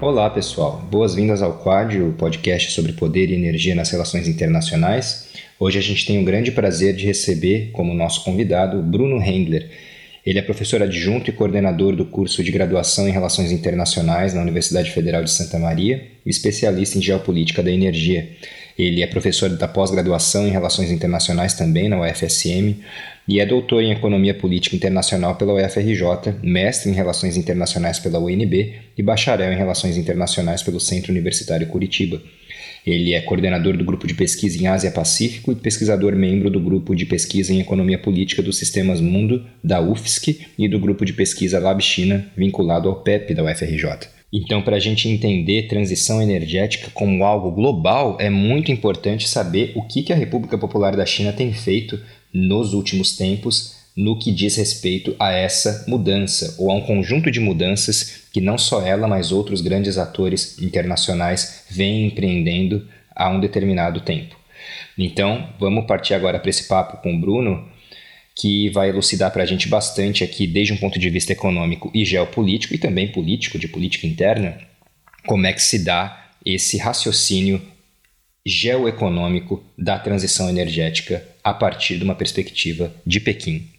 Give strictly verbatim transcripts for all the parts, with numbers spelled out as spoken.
Olá pessoal, boas-vindas ao Quad, o podcast sobre poder e energia nas relações internacionais. Hoje a gente tem o grande prazer de receber como nosso convidado Bruno Hendler. Ele é professor adjunto e coordenador do curso de graduação em Relações Internacionais na Universidade Federal de Santa Maria e especialista em geopolítica da energia. Ele é professor da pós-graduação em Relações Internacionais também na U F S M e é doutor em Economia Política Internacional pela U F R J, mestre em Relações Internacionais pela U N B e bacharel em Relações Internacionais pelo Centro Universitário Curitiba. Ele é coordenador do Grupo de Pesquisa em Ásia-Pacífico e pesquisador membro do Grupo de Pesquisa em Economia Política dos Sistemas Mundo, da U F S C, e do Grupo de Pesquisa Lab China, vinculado ao P E P da U F R J. Então, para a gente entender transição energética como algo global, é muito importante saber o que a República Popular da China tem feito nos últimos tempos no que diz respeito a essa mudança, ou a um conjunto de mudanças que não só ela, mas outros grandes atores internacionais vêm empreendendo há um determinado tempo. Então, vamos partir agora para esse papo com o Bruno, que vai elucidar para a gente bastante aqui, desde um ponto de vista econômico e geopolítico, e também político, de política interna, como é que se dá esse raciocínio geoeconômico da transição energética a partir de uma perspectiva de Pequim.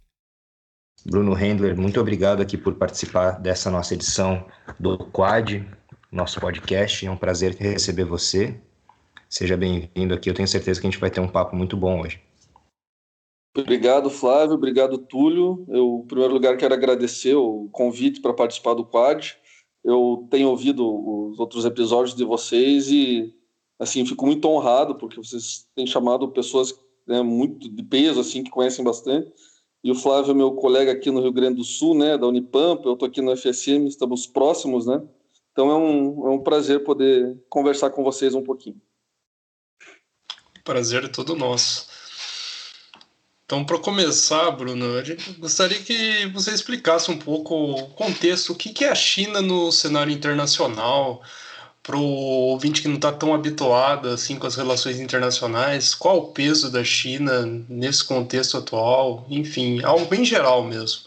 Bruno Hendler, muito obrigado aqui por participar dessa nossa edição do Quad, nosso podcast. É um prazer receber você. Seja bem-vindo aqui. Eu tenho certeza que a gente vai ter um papo muito bom hoje. Obrigado, Flávio. Obrigado, Túlio. Eu, em primeiro lugar, quero agradecer o convite para participar do Quad. Eu tenho ouvido os outros episódios de vocês e, assim, fico muito honrado porque vocês têm chamado pessoas, né, muito de peso, assim, que conhecem bastante. E o Flávio é meu colega aqui no Rio Grande do Sul, né, da Unipampa. Eu estou aqui no F S M, estamos próximos, né? Então é um, é um prazer poder conversar com vocês um pouquinho. Prazer é todo nosso. Então, para começar, Bruno, eu gostaria que você explicasse um pouco o contexto, o que é a China no cenário internacional, para o ouvinte que não está tão habituado assim com as relações internacionais, qual o peso da China nesse contexto atual, enfim, algo bem geral mesmo.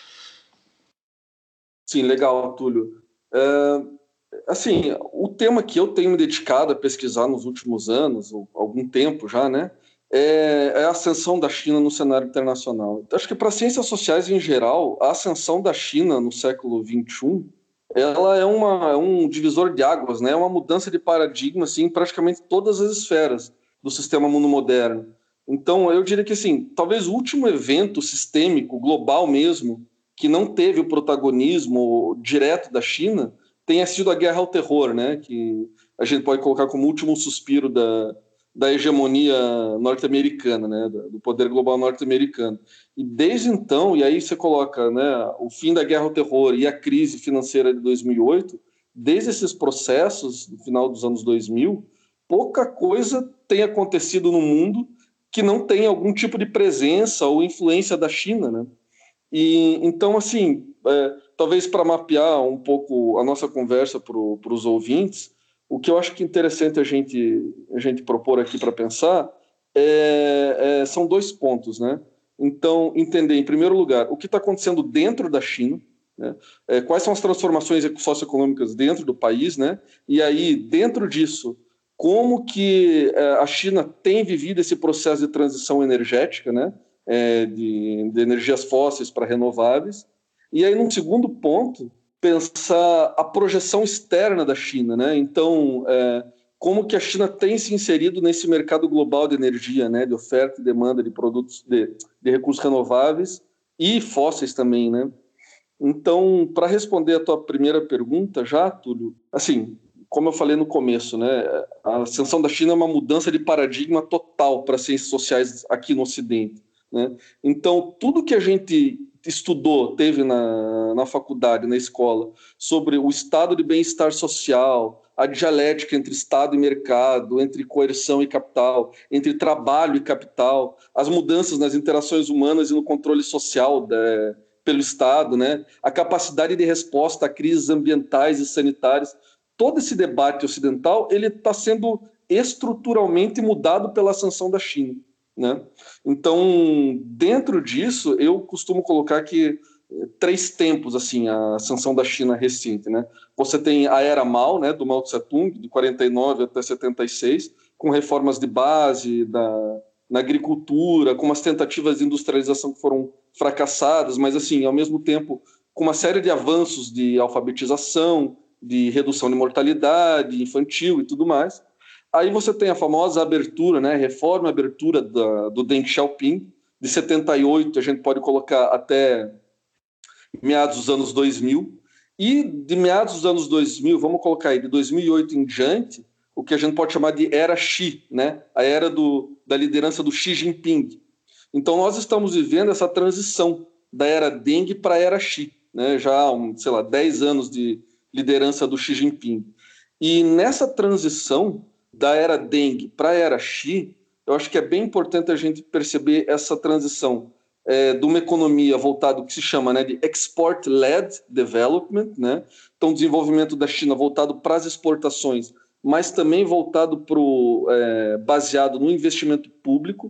Sim, legal, Túlio. É, assim, o tema que eu tenho me dedicado a pesquisar nos últimos anos, ou algum tempo já, né, é, é a ascensão da China no cenário internacional. Então, acho que para ciências sociais em geral, a ascensão da China no século vinte e um, ela é, uma, é um divisor de águas, né, é uma mudança de paradigma assim, em praticamente todas as esferas do sistema mundo moderno. Então, eu diria que assim, talvez o último evento sistêmico, global mesmo, que não teve o protagonismo direto da China, tenha sido a guerra ao terror, né? Que a gente pode colocar como último suspiro da, da hegemonia norte-americana, né? Do poder global norte-americano. E desde então, e aí você coloca, né, o fim da guerra ao terror e a crise financeira de dois mil e oito, desde esses processos, no final dos anos dois mil, pouca coisa tem acontecido no mundo que não tenha algum tipo de presença ou influência da China, né? E então, assim, é, talvez para mapear um pouco a nossa conversa para os ouvintes, o que eu acho que é interessante a gente, a gente propor aqui para pensar é, é, são dois pontos, né? Então, entender, em primeiro lugar, o que está acontecendo dentro da China, né? É, quais são as transformações socioeconômicas dentro do país, né? E aí, dentro disso, como que é, a China tem vivido esse processo de transição energética, né? É, de, de energias fósseis para renováveis. E aí, num segundo ponto, pensar a projeção externa da China, né? Então, é, como que a China tem se inserido nesse mercado global de energia, né? De oferta e demanda de produtos de, de recursos renováveis e fósseis também, né? Então, para responder a tua primeira pergunta já, Túlio, assim, como eu falei no começo, né? A ascensão da China é uma mudança de paradigma total para as ciências sociais aqui no Ocidente. Né? Então, tudo que a gente estudou, teve na, na faculdade, na escola, sobre o estado de bem-estar social, a dialética entre Estado e mercado, entre coerção e capital, entre trabalho e capital, as mudanças nas interações humanas e no controle social da, pelo Estado, né? A capacidade de resposta a crises ambientais e sanitárias, todo esse debate ocidental ele está sendo estruturalmente mudado pela ascensão da China. Né? Então, dentro disso, eu costumo colocar que três tempos, assim, a ascensão da China recente, né? Você tem a era Mao, né, do Mao Tse-tung, de quarenta e nove até setenta e seis, com reformas de base da, na agricultura, com umas tentativas de industrialização que foram fracassadas, mas, assim, ao mesmo tempo, com uma série de avanços de alfabetização, de redução de mortalidade infantil e tudo mais. Aí você tem a famosa abertura, né, reforma e abertura da, do Deng Xiaoping, de setenta e oito, a gente pode colocar até meados dos anos dois mil, e de meados dos anos dois mil, vamos colocar aí, de dois mil e oito em diante, o que a gente pode chamar de era Xi, né? A era do, da liderança do Xi Jinping. Então nós estamos vivendo essa transição da era Deng para a era Xi, né? Já há, um, sei lá, dez anos de liderança do Xi Jinping. E nessa transição da era Deng para a era Xi, eu acho que é bem importante a gente perceber essa transição é, de uma economia voltada, que se chama, né, de export-led development, né? Então, desenvolvimento da China voltado para as exportações, mas também voltado para o é, baseado no investimento público,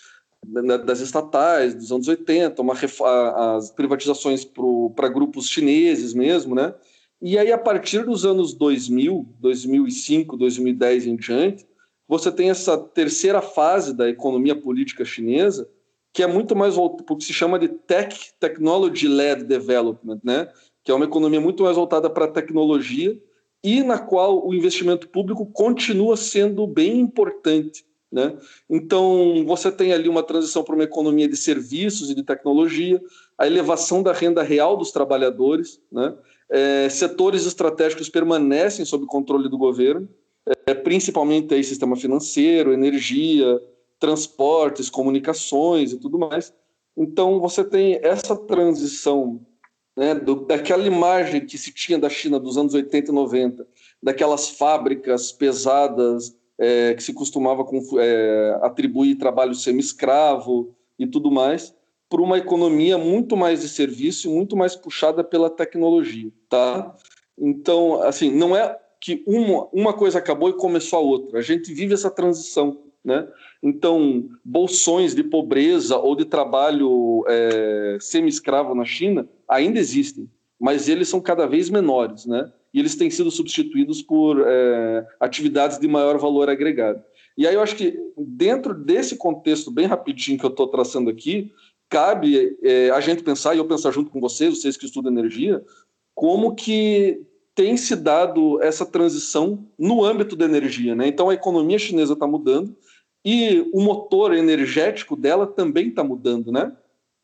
né, das estatais dos anos oitenta, uma, as privatizações para grupos chineses mesmo, né? E aí, a partir dos anos dois mil, dois mil e cinco, dois mil e dez em diante, você tem essa terceira fase da economia política chinesa, que é muito mais voltada para o que se chama de Tech, Technology-Led Development, né? Que é uma economia muito mais voltada para a tecnologia e na qual o investimento público continua sendo bem importante, né? Então, você tem ali uma transição para uma economia de serviços e de tecnologia, a elevação da renda real dos trabalhadores, né? É, setores estratégicos permanecem sob controle do governo, é, principalmente aí sistema financeiro, energia, transportes, comunicações e tudo mais. Então, você tem essa transição, né, do, daquela imagem que se tinha da China dos anos oitenta e noventa, daquelas fábricas pesadas é, que se costumava com, é, atribuir trabalho semi-escravo e tudo mais, para uma economia muito mais de serviço e muito mais puxada pela tecnologia, tá? Então, assim, não é que uma, uma coisa acabou e começou a outra. A gente vive essa transição, né? Então, bolsões de pobreza ou de trabalho é, semi-escravo na China ainda existem, mas eles são cada vez menores, né? E eles têm sido substituídos por é, atividades de maior valor agregado. E aí eu acho que dentro desse contexto bem rapidinho que eu estou traçando aqui, cabe é, a gente pensar, e eu pensar junto com vocês, vocês que estudam energia, como que tem se dado essa transição no âmbito da energia, né? Então a economia chinesa está mudando e o motor energético dela também está mudando, né?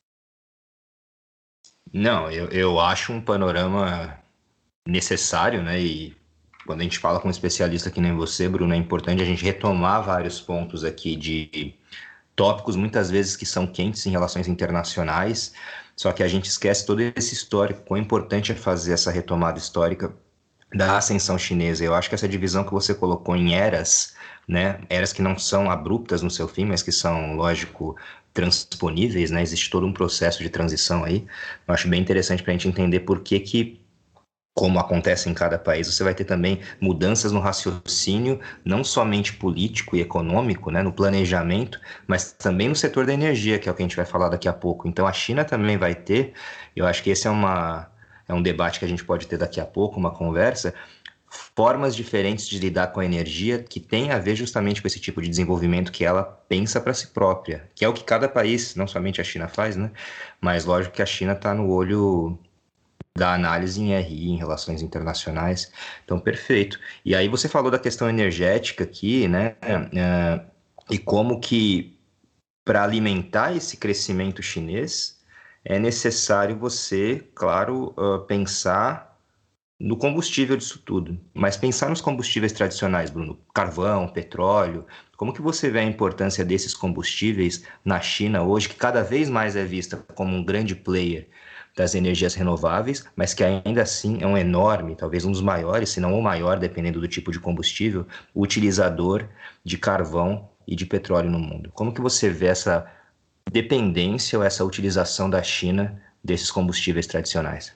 Não, eu, eu acho um panorama necessário, né? E quando a gente fala com um especialista que nem você, Bruno, é importante a gente retomar vários pontos aqui de tópicos muitas vezes que são quentes em relações internacionais, só que a gente esquece todo esse histórico, quão importante é fazer essa retomada histórica da ascensão chinesa. Eu acho que essa divisão que você colocou em eras, né, eras que não são abruptas no seu fim, mas que são, lógico, transponíveis, né, existe todo um processo de transição aí. Eu acho bem interessante para a gente entender por que que, como acontece em cada país, você vai ter também mudanças no raciocínio, não somente político e econômico, né, no planejamento, mas também no setor da energia, que é o que a gente vai falar daqui a pouco. Então a China também vai ter, eu acho que esse é, uma, é um debate que a gente pode ter daqui a pouco, uma conversa, formas diferentes de lidar com a energia que tem a ver justamente com esse tipo de desenvolvimento que ela pensa para si própria, que é o que cada país, não somente a China faz, né, mas lógico que a China está no olho da análise em R I, em relações internacionais. Então, perfeito. E aí você falou da questão energética aqui, né? É, e como que para alimentar esse crescimento chinês é necessário você, claro, uh, pensar no combustível disso tudo. Mas pensar nos combustíveis tradicionais, Bruno, carvão, petróleo, como que você vê a importância desses combustíveis na China hoje, que cada vez mais é vista como um grande player das energias renováveis, mas que ainda assim é um enorme, talvez um dos maiores, se não o maior, dependendo do tipo de combustível, utilizador de carvão e de petróleo no mundo. Como que você vê essa dependência ou essa utilização da China desses combustíveis tradicionais?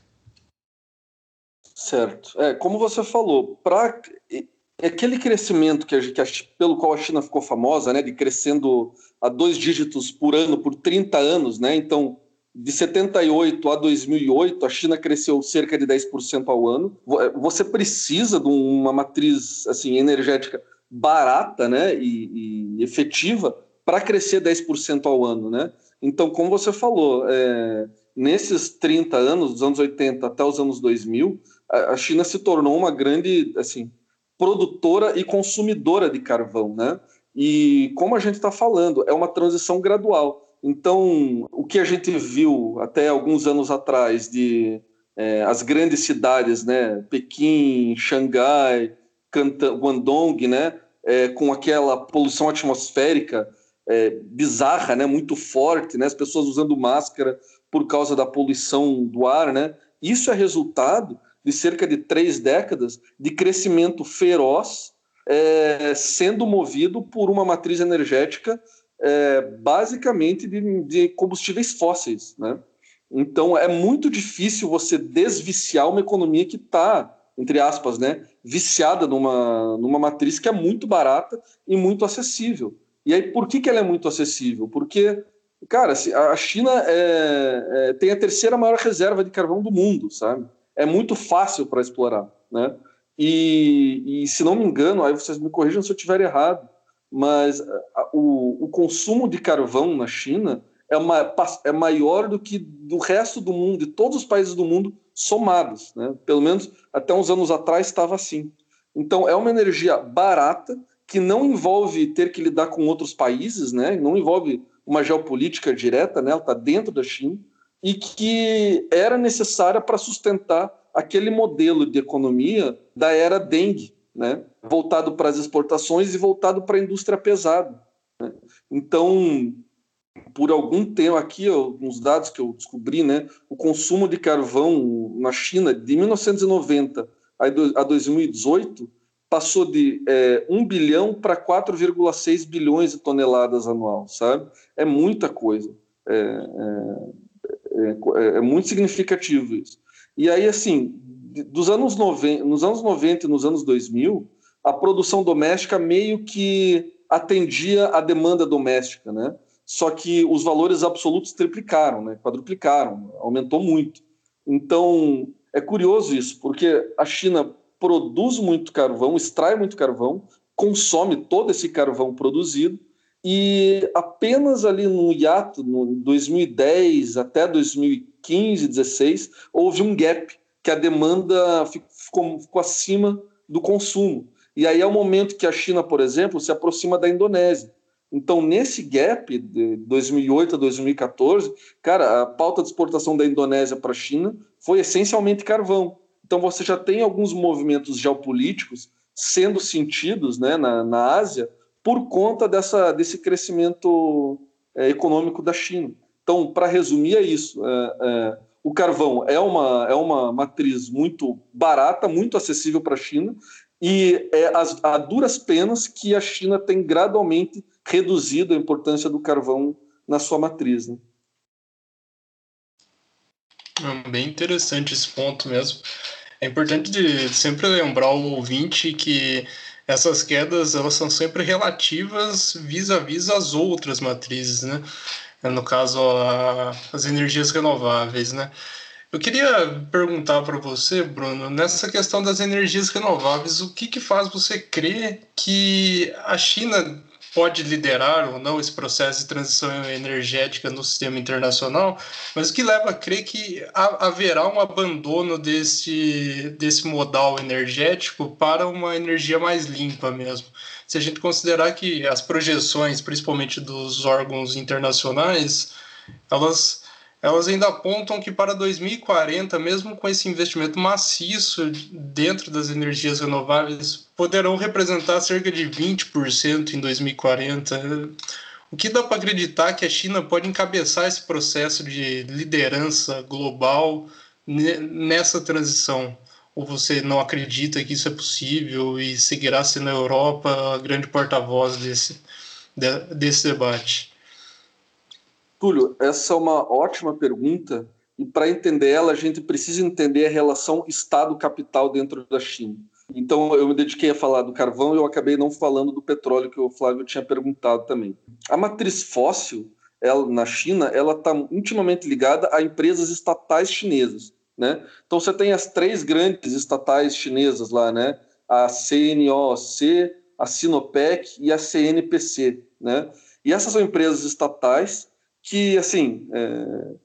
Certo. É, como você falou, para aquele crescimento que a, que a, pelo qual a China ficou famosa, né, de crescendo a dois dígitos por ano por trinta anos, né? Então, de setenta e oito a dois mil e oito, a China cresceu cerca de dez por cento ao ano. Você precisa de uma matriz assim, energética barata, né, e, e efetiva para crescer dez por cento ao ano, né? Então, como você falou, é, nesses trinta anos, dos anos oitenta até os anos dois mil, a, a China se tornou uma grande assim, produtora e consumidora de carvão, né? E como a gente está falando, é uma transição gradual. Então, o que a gente viu até alguns anos atrás de é, as grandes cidades, né, Pequim, Xangai, Canton, Guangdong, né, é, com aquela poluição atmosférica é, bizarra, né, muito forte, né, as pessoas usando máscara por causa da poluição do ar, né, isso é resultado de cerca de três décadas de crescimento feroz, é, sendo movido por uma matriz energética é, basicamente de, de combustíveis fósseis, né? Então é muito difícil você desviciar uma economia que está, entre aspas, né, viciada numa, numa matriz que é muito barata e muito acessível. E aí por que, que ela é muito acessível? Porque, cara, a China é, é, tem a terceira maior reserva de carvão do mundo, sabe? É muito fácil para explorar, né? E, e se não me engano, aí vocês me corrijam se eu estiver errado, mas a, o, o consumo de carvão na China é, uma, é maior do que do resto do mundo, de todos os países do mundo somados, né? Pelo menos até uns anos atrás estava assim. Então é uma energia barata que não envolve ter que lidar com outros países, né? Não envolve uma geopolítica direta, né? Ela está dentro da China e que era necessária para sustentar aquele modelo de economia da era Deng, né? Voltado para as exportações e voltado para a indústria pesada, né? Então, por algum tempo aqui, uns dados que eu descobri, né, o consumo de carvão na China de mil novecentos e noventa a dois mil e dezoito passou de é, um bilhão para quatro vírgula seis bilhões de toneladas anual, sabe? É muita coisa. É, é, é, é muito significativo isso. E aí, assim, dos anos noventa, nos anos noventa e nos anos dois mil, a produção doméstica meio que atendia a demanda doméstica, né? Só que os valores absolutos triplicaram, né? Quadruplicaram, aumentou muito. Então, é curioso isso, porque a China produz muito carvão, extrai muito carvão, consome todo esse carvão produzido, e apenas ali no hiato, no dois mil e dez até dois mil e quinze, dezesseis, houve um gap, que a demanda ficou, ficou acima do consumo. E aí é o momento que a China, por exemplo, se aproxima da Indonésia. Então, nesse gap de dois mil e oito a dois mil e quatorze, cara, a pauta de exportação da Indonésia para a China foi essencialmente carvão. Então, você já tem alguns movimentos geopolíticos sendo sentidos, né, na, na Ásia por conta dessa, desse crescimento é, econômico da China. Então, para resumir, é isso. É, é, o carvão é uma, é uma matriz muito barata, muito acessível para a China, e é as, a duras penas que a China tem gradualmente reduzido a importância do carvão na sua matriz, né? É bem interessante esse ponto mesmo. É importante de sempre lembrar o ouvinte que essas quedas elas são sempre relativas vis-à-vis as outras matrizes, né? No caso, a, as energias renováveis, né? Eu queria perguntar para você, Bruno, nessa questão das energias renováveis, o que, que faz você crer que a China pode liderar ou não esse processo de transição energética no sistema internacional, mas o que leva a crer que haverá um abandono desse, desse modal energético para uma energia mais limpa mesmo? Se a gente considerar que as projeções, principalmente dos órgãos internacionais, elas elas ainda apontam que para dois mil e quarenta, mesmo com esse investimento maciço dentro das energias renováveis, poderão representar cerca de vinte por cento em dois mil e quarenta. O que dá para acreditar que a China pode encabeçar esse processo de liderança global nessa transição? Ou você não acredita que isso é possível e seguirá sendo a Europa a grande porta-voz desse, desse debate? Túlio, essa é uma ótima pergunta, e para entender ela, a gente precisa entender a relação Estado-capital dentro da China. Então, eu me dediquei a falar do carvão e eu acabei não falando do petróleo, que o Flávio tinha perguntado também. A matriz fóssil, ela, na China, ela está intimamente ligada a empresas estatais chinesas, né? Então você tem as três grandes estatais chinesas lá, né? A C N O C, a Sinopec e a C N P C, né? E essas são empresas estatais que, assim, é,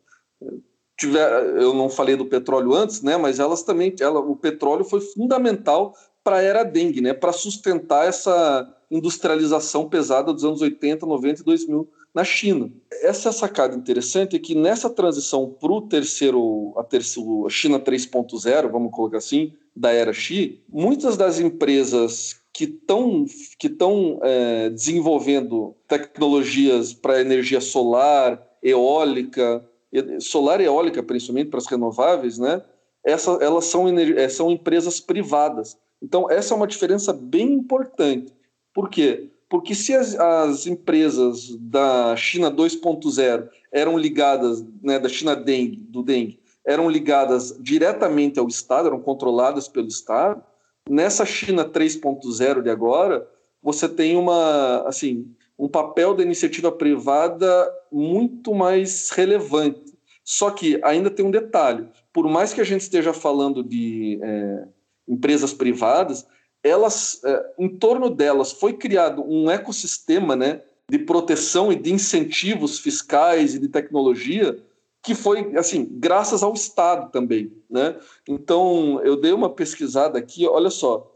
tiver, eu não falei do petróleo antes, né? Mas elas também, ela, o petróleo foi fundamental para a era Deng, né? Para sustentar essa industrialização pesada dos anos oitenta, noventa e dois mil na China. Essa sacada interessante é que nessa transição para o terceiro, a terceiro, a China três ponto zero, vamos colocar assim, da era Xi, muitas das empresas que estão que estão é, desenvolvendo tecnologias para energia solar, eólica, solar e eólica, principalmente para as renováveis, né? Essa, elas são, são empresas privadas. Então, essa é uma diferença bem importante. Por quê? Porque se as, as empresas da China dois ponto zero eram ligadas, né, da China Deng, do Deng, eram ligadas diretamente ao Estado, eram controladas pelo Estado, nessa China três ponto zero de agora, você tem uma, assim, um papel da iniciativa privada muito mais relevante. Só que ainda tem um detalhe. Por mais que a gente esteja falando de é, empresas privadas, elas, é, em torno delas foi criado um ecossistema, né, de proteção e de incentivos fiscais e de tecnologia que foi, assim, graças ao Estado também, né? Então, eu dei uma pesquisada aqui, olha só,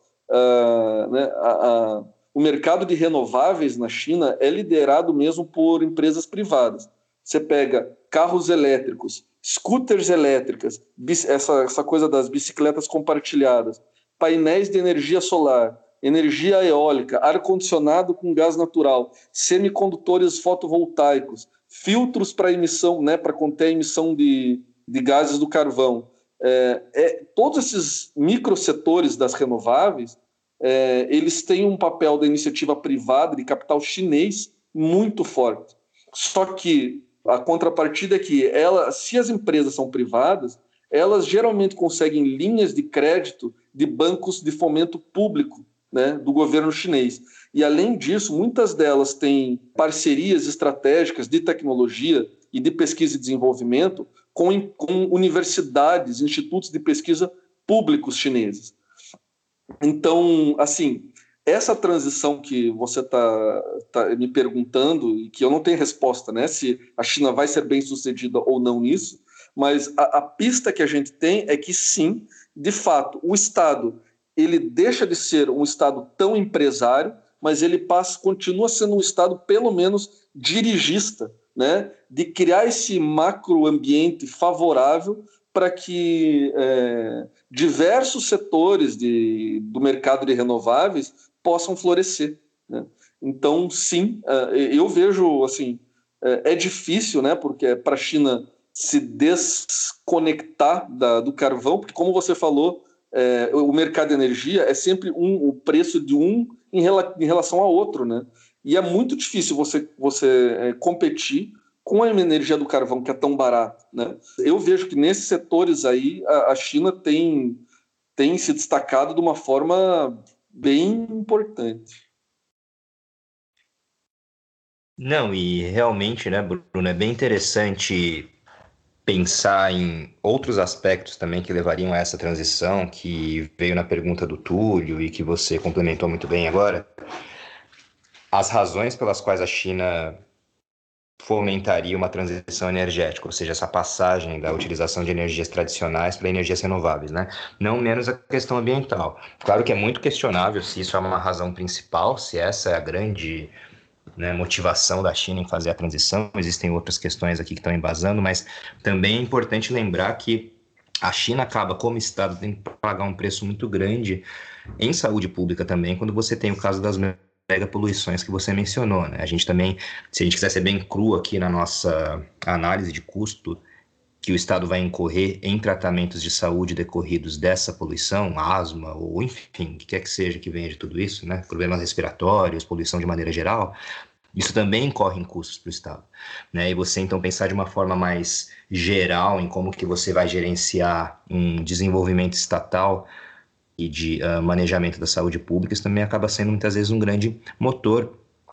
uh, né, a, a, o mercado de renováveis na China é liderado mesmo por empresas privadas. Você pega carros elétricos, scooters elétricas, essa, essa coisa das bicicletas compartilhadas, painéis de energia solar, energia eólica, ar-condicionado com gás natural, semicondutores fotovoltaicos, filtros para emissão, né, para conter a emissão de, de gases do carvão. É, é, todos esses microsetores das renováveis, é, eles têm um papel da iniciativa privada de capital chinês muito forte. Só que a contrapartida é que ela, se as empresas são privadas, elas geralmente conseguem linhas de crédito de bancos de fomento público, né, do governo chinês. E, além disso, muitas delas têm parcerias estratégicas de tecnologia e de pesquisa e desenvolvimento com, com universidades, institutos de pesquisa públicos chineses. Então, assim, essa transição que você está tá me perguntando, e que eu não tenho resposta, né, se a China vai ser bem sucedida ou não nisso, mas a, a pista que a gente tem é que, sim, de fato, o Estado ele deixa de ser um Estado tão empresário, mas ele passa, continua sendo um Estado, pelo menos, dirigista, né? De criar esse macroambiente favorável para que é, diversos setores de, do mercado de renováveis possam florescer, né? Então, sim, eu vejo, assim, é difícil, né? Porque para a China se desconectar da, do carvão, porque, como você falou, é, o mercado de energia é sempre um, o preço de um em, rela, em relação ao outro, né? E é muito difícil você, você é, competir com a energia do carvão, que é tão barata, né? Eu vejo que nesses setores aí a, a China tem, tem se destacado de uma forma bem importante. Não, e realmente, né, Bruno, é bem interessante pensar em outros aspectos também que levariam a essa transição, que veio na pergunta do Túlio e que você complementou muito bem agora. As razões pelas quais a China fomentaria uma transição energética, ou seja, essa passagem da utilização de energias tradicionais para energias renováveis, né? Não menos a questão ambiental. Claro que é muito questionável se isso é uma razão principal, se essa é a grande, né, motivação da China em fazer a transição. Existem outras questões aqui que estão embasando, mas também é importante lembrar que a China acaba, como Estado, tendo que pagar um preço muito grande em saúde pública também, quando você tem o caso das mega poluições que você mencionou, né? A gente também, se a gente quiser ser bem cru aqui na nossa análise de custo que o Estado vai incorrer em tratamentos de saúde decorridos dessa poluição, asma ou enfim, o que quer que seja que venha de tudo isso, né? Problemas respiratórios, poluição de maneira geral, isso também incorre em custos para o Estado, né? E você então pensar de uma forma mais geral em como que você vai gerenciar um desenvolvimento estatal e de uh, manejamento da saúde pública, isso também acaba sendo muitas vezes um grande motor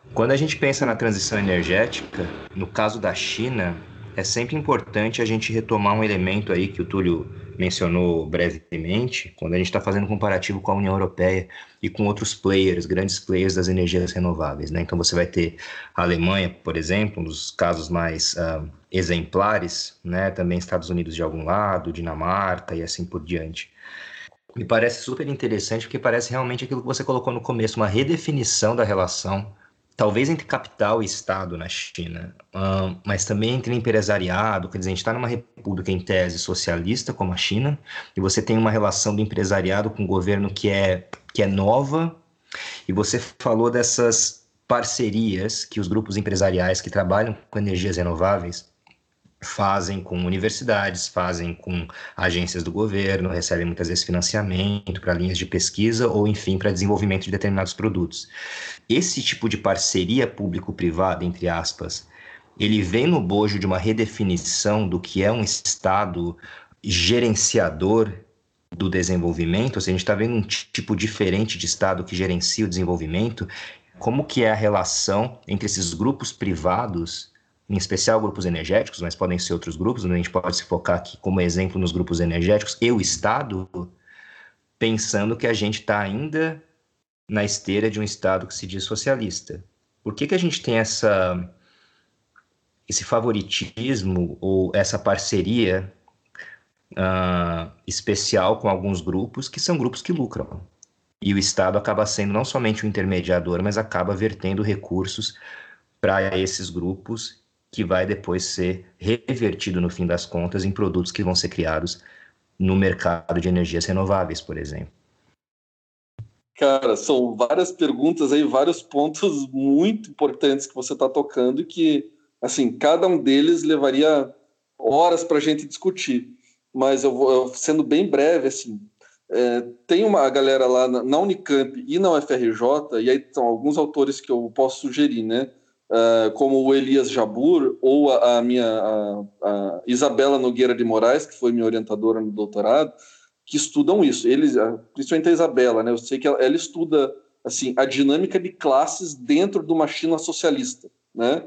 Quando a gente pensa na transição energética, no caso da China, é sempre importante a gente retomar um elemento aí que o Túlio mencionou brevemente, quando a gente está fazendo um comparativo com a União Europeia e com outros players, grandes players das energias renováveis, né? Então você vai ter a Alemanha, por exemplo, um dos casos mais uh, exemplares, né? Também Estados Unidos de algum lado, Dinamarca e assim por diante. Me parece super interessante porque parece realmente aquilo que você colocou no começo, uma redefinição da relação, talvez entre capital e Estado na China, uh, mas também entre empresariado. Quer dizer, a gente está numa república em tese socialista como a China, e você tem uma relação do empresariado com o governo que é, que é nova, e você falou dessas parcerias que os grupos empresariais que trabalham com energias renováveis fazem com universidades, fazem com agências do governo, recebem muitas vezes financiamento para linhas de pesquisa ou, enfim, para desenvolvimento de determinados produtos. Esse tipo de parceria público-privada, entre aspas, ele vem no bojo de uma redefinição do que é um Estado gerenciador do desenvolvimento. Ou seja, a gente está vendo um tipo diferente de Estado que gerencia o desenvolvimento. Como que é a relação entre esses grupos privados, em especial grupos energéticos, mas podem ser outros grupos, onde a gente pode se focar aqui como exemplo nos grupos energéticos, e o Estado, pensando que a gente está ainda na esteira de um Estado que se diz socialista. Por que que a gente tem essa, esse favoritismo ou essa parceria uh, especial com alguns grupos que são grupos que lucram? E o Estado acaba sendo não somente o intermediador, mas acaba vertendo recursos para esses grupos, que vai depois ser revertido, no fim das contas, em produtos que vão ser criados no mercado de energias renováveis, por exemplo. Cara, são várias perguntas aí, vários pontos muito importantes que você está tocando e que, assim, cada um deles levaria horas para a gente discutir. Mas eu vou, eu, sendo bem breve, assim, é, tem uma galera lá na, na Unicamp e na U F R J, e aí são alguns autores que eu posso sugerir, né? Uh, como o Elias Jabbour ou a, a minha a, a Isabela Nogueira de Moraes, que foi minha orientadora no doutorado, que estudam isso. Eles, principalmente a Isabela, né? Eu sei que ela, ela estuda assim a dinâmica de classes dentro de uma China socialista, né?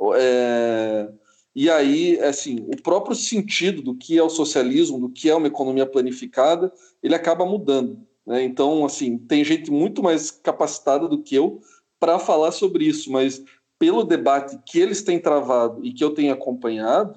É, e aí, assim, o próprio sentido do que é o socialismo, do que é uma economia planificada, ele acaba mudando, né? Então, assim, tem gente muito mais capacitada do que eu para falar sobre isso, mas pelo debate que eles têm travado e que eu tenho acompanhado,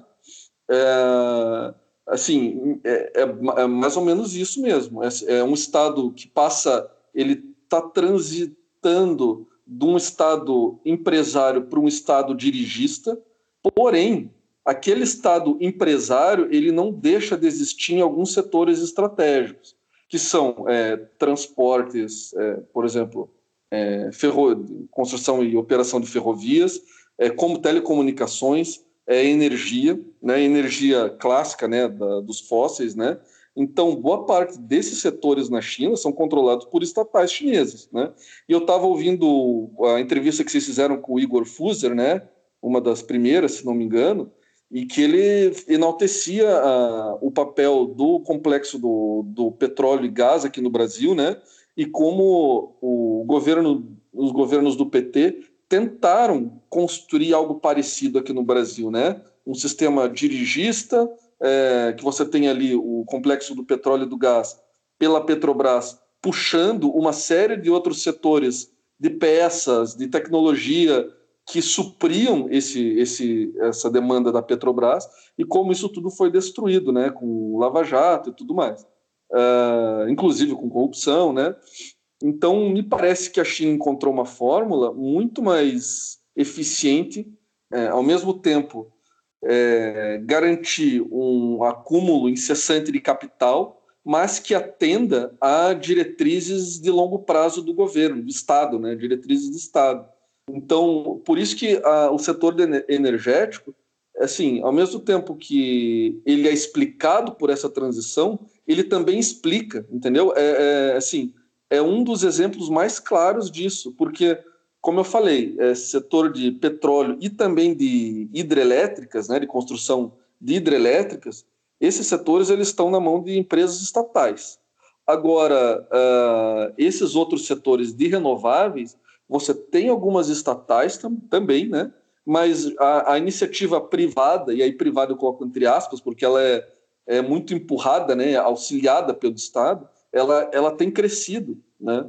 é, assim, é, é, é mais ou menos isso mesmo. É, é um Estado que passa, ele está transitando de um Estado empresário para um Estado dirigista, porém, aquele Estado empresário, ele não deixa de existir em alguns setores estratégicos, que são é, transportes, é, por exemplo, É, ferro, construção e operação de ferrovias, é, como telecomunicações, é, energia, né, energia clássica, né, da, dos fósseis, né? Então, boa parte desses setores na China são controlados por estatais chinesas, né? E eu estava ouvindo a entrevista que vocês fizeram com o Igor Fuser, né, uma das primeiras, se não me engano, e que ele enaltecia a, o papel do complexo do, do petróleo e gás aqui no Brasil, né? E como o governo, os governos do P T tentaram construir algo parecido aqui no Brasil, né? Um sistema dirigista, é, que você tem ali o complexo do petróleo e do gás pela Petrobras, puxando uma série de outros setores de peças, de tecnologia que supriam esse, esse, essa demanda da Petrobras, e como isso tudo foi destruído, né? Com o Lava Jato e tudo mais. Uh, inclusive com corrupção, né? Então, me parece que a China encontrou uma fórmula muito mais eficiente, é, ao mesmo tempo é, garantir um acúmulo incessante de capital, mas que atenda a diretrizes de longo prazo do governo, do Estado, né? Diretrizes do Estado. Então, por isso que a, o setor energético, assim, ao mesmo tempo que ele é explicado por essa transição, ele também explica, entendeu? É, é, assim, é um dos exemplos mais claros disso, porque, como eu falei, é setor de petróleo e também de hidrelétricas, né, de construção de hidrelétricas, esses setores eles estão na mão de empresas estatais. Agora, uh, esses outros setores de renováveis, você tem algumas estatais tam, também, né? Mas a, a iniciativa privada, e aí privada eu coloco entre aspas, porque ela é, é muito empurrada, né, auxiliada pelo Estado, ela, ela tem crescido, né?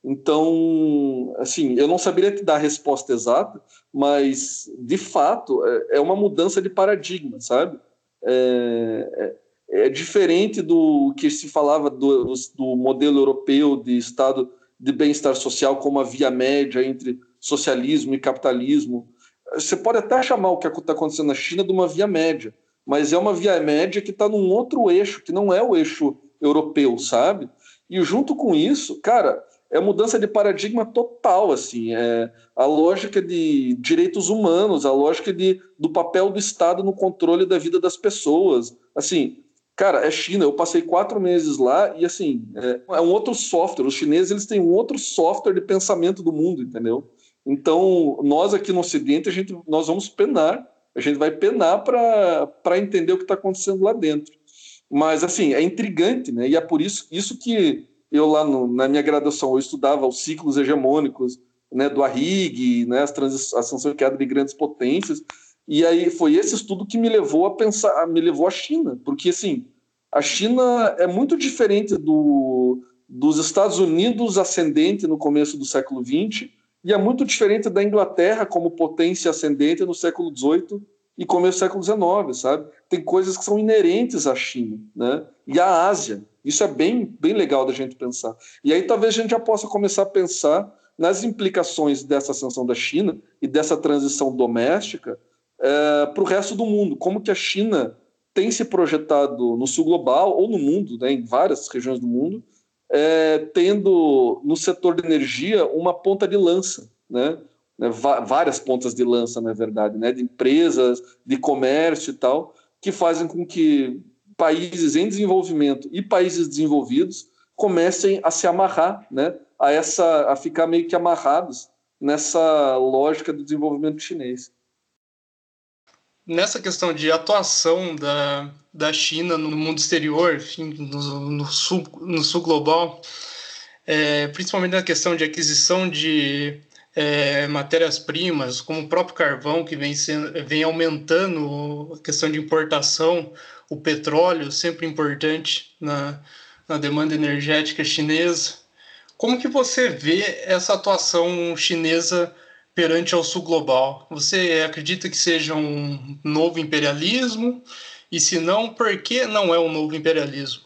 Então, assim, eu não saberia te dar a resposta exata, mas, de fato, é, é uma mudança de paradigma, sabe? É, é, é diferente do que se falava do, do modelo europeu de Estado de bem-estar social como a via média entre socialismo e capitalismo. Você pode até chamar o que está acontecendo na China de uma via média, mas é uma via média que está num outro eixo, que não é o eixo europeu, sabe? E junto com isso, cara, é mudança de paradigma total, assim, é a lógica de direitos humanos, a lógica de, do papel do Estado no controle da vida das pessoas. Assim, cara, é China, eu passei quatro meses lá e, assim, é, é um outro software. Os chineses, eles têm um outro software de pensamento do mundo, entendeu? Então, nós aqui no Ocidente, a gente, nós vamos penar, a gente vai penar para entender o que está acontecendo lá dentro. Mas, assim, é intrigante, né? E é por isso, isso que eu lá no, na minha graduação eu estudava os ciclos hegemônicos, né, do Arrighi, né, as transi- a ascensão e queda de grandes potências, e aí foi esse estudo que me levou a pensar, me levou à China, porque assim, a China é muito diferente do, dos Estados Unidos ascendente no começo do século vinte e é muito diferente da Inglaterra como potência ascendente no século dezoito e começo do século dezenove, sabe? Tem coisas que são inerentes à China, né? E à Ásia. Isso é bem, bem legal da gente pensar. E aí talvez a gente já possa começar a pensar nas implicações dessa ascensão da China e dessa transição doméstica é, para o resto do mundo. Como que a China tem se projetado no sul global ou no mundo, né, em várias regiões do mundo, é, tendo no setor de energia uma ponta de lança, né? Né, várias pontas de lança, na verdade, né, de empresas, de comércio e tal, que fazem com que países em desenvolvimento e países desenvolvidos comecem a se amarrar, né, a, essa, a ficar meio que amarrados nessa lógica do desenvolvimento chinês. Nessa questão de atuação da, da China no mundo exterior, enfim, no, no, sul, no sul global, é, principalmente na questão de aquisição de é, matérias-primas, como o próprio carvão, que vem, sendo, vem aumentando a questão de importação, o petróleo, sempre importante na, na demanda energética chinesa. Como que você vê essa atuação chinesa perante ao sul global? Você acredita que seja um novo imperialismo? E se não, por que não é um novo imperialismo?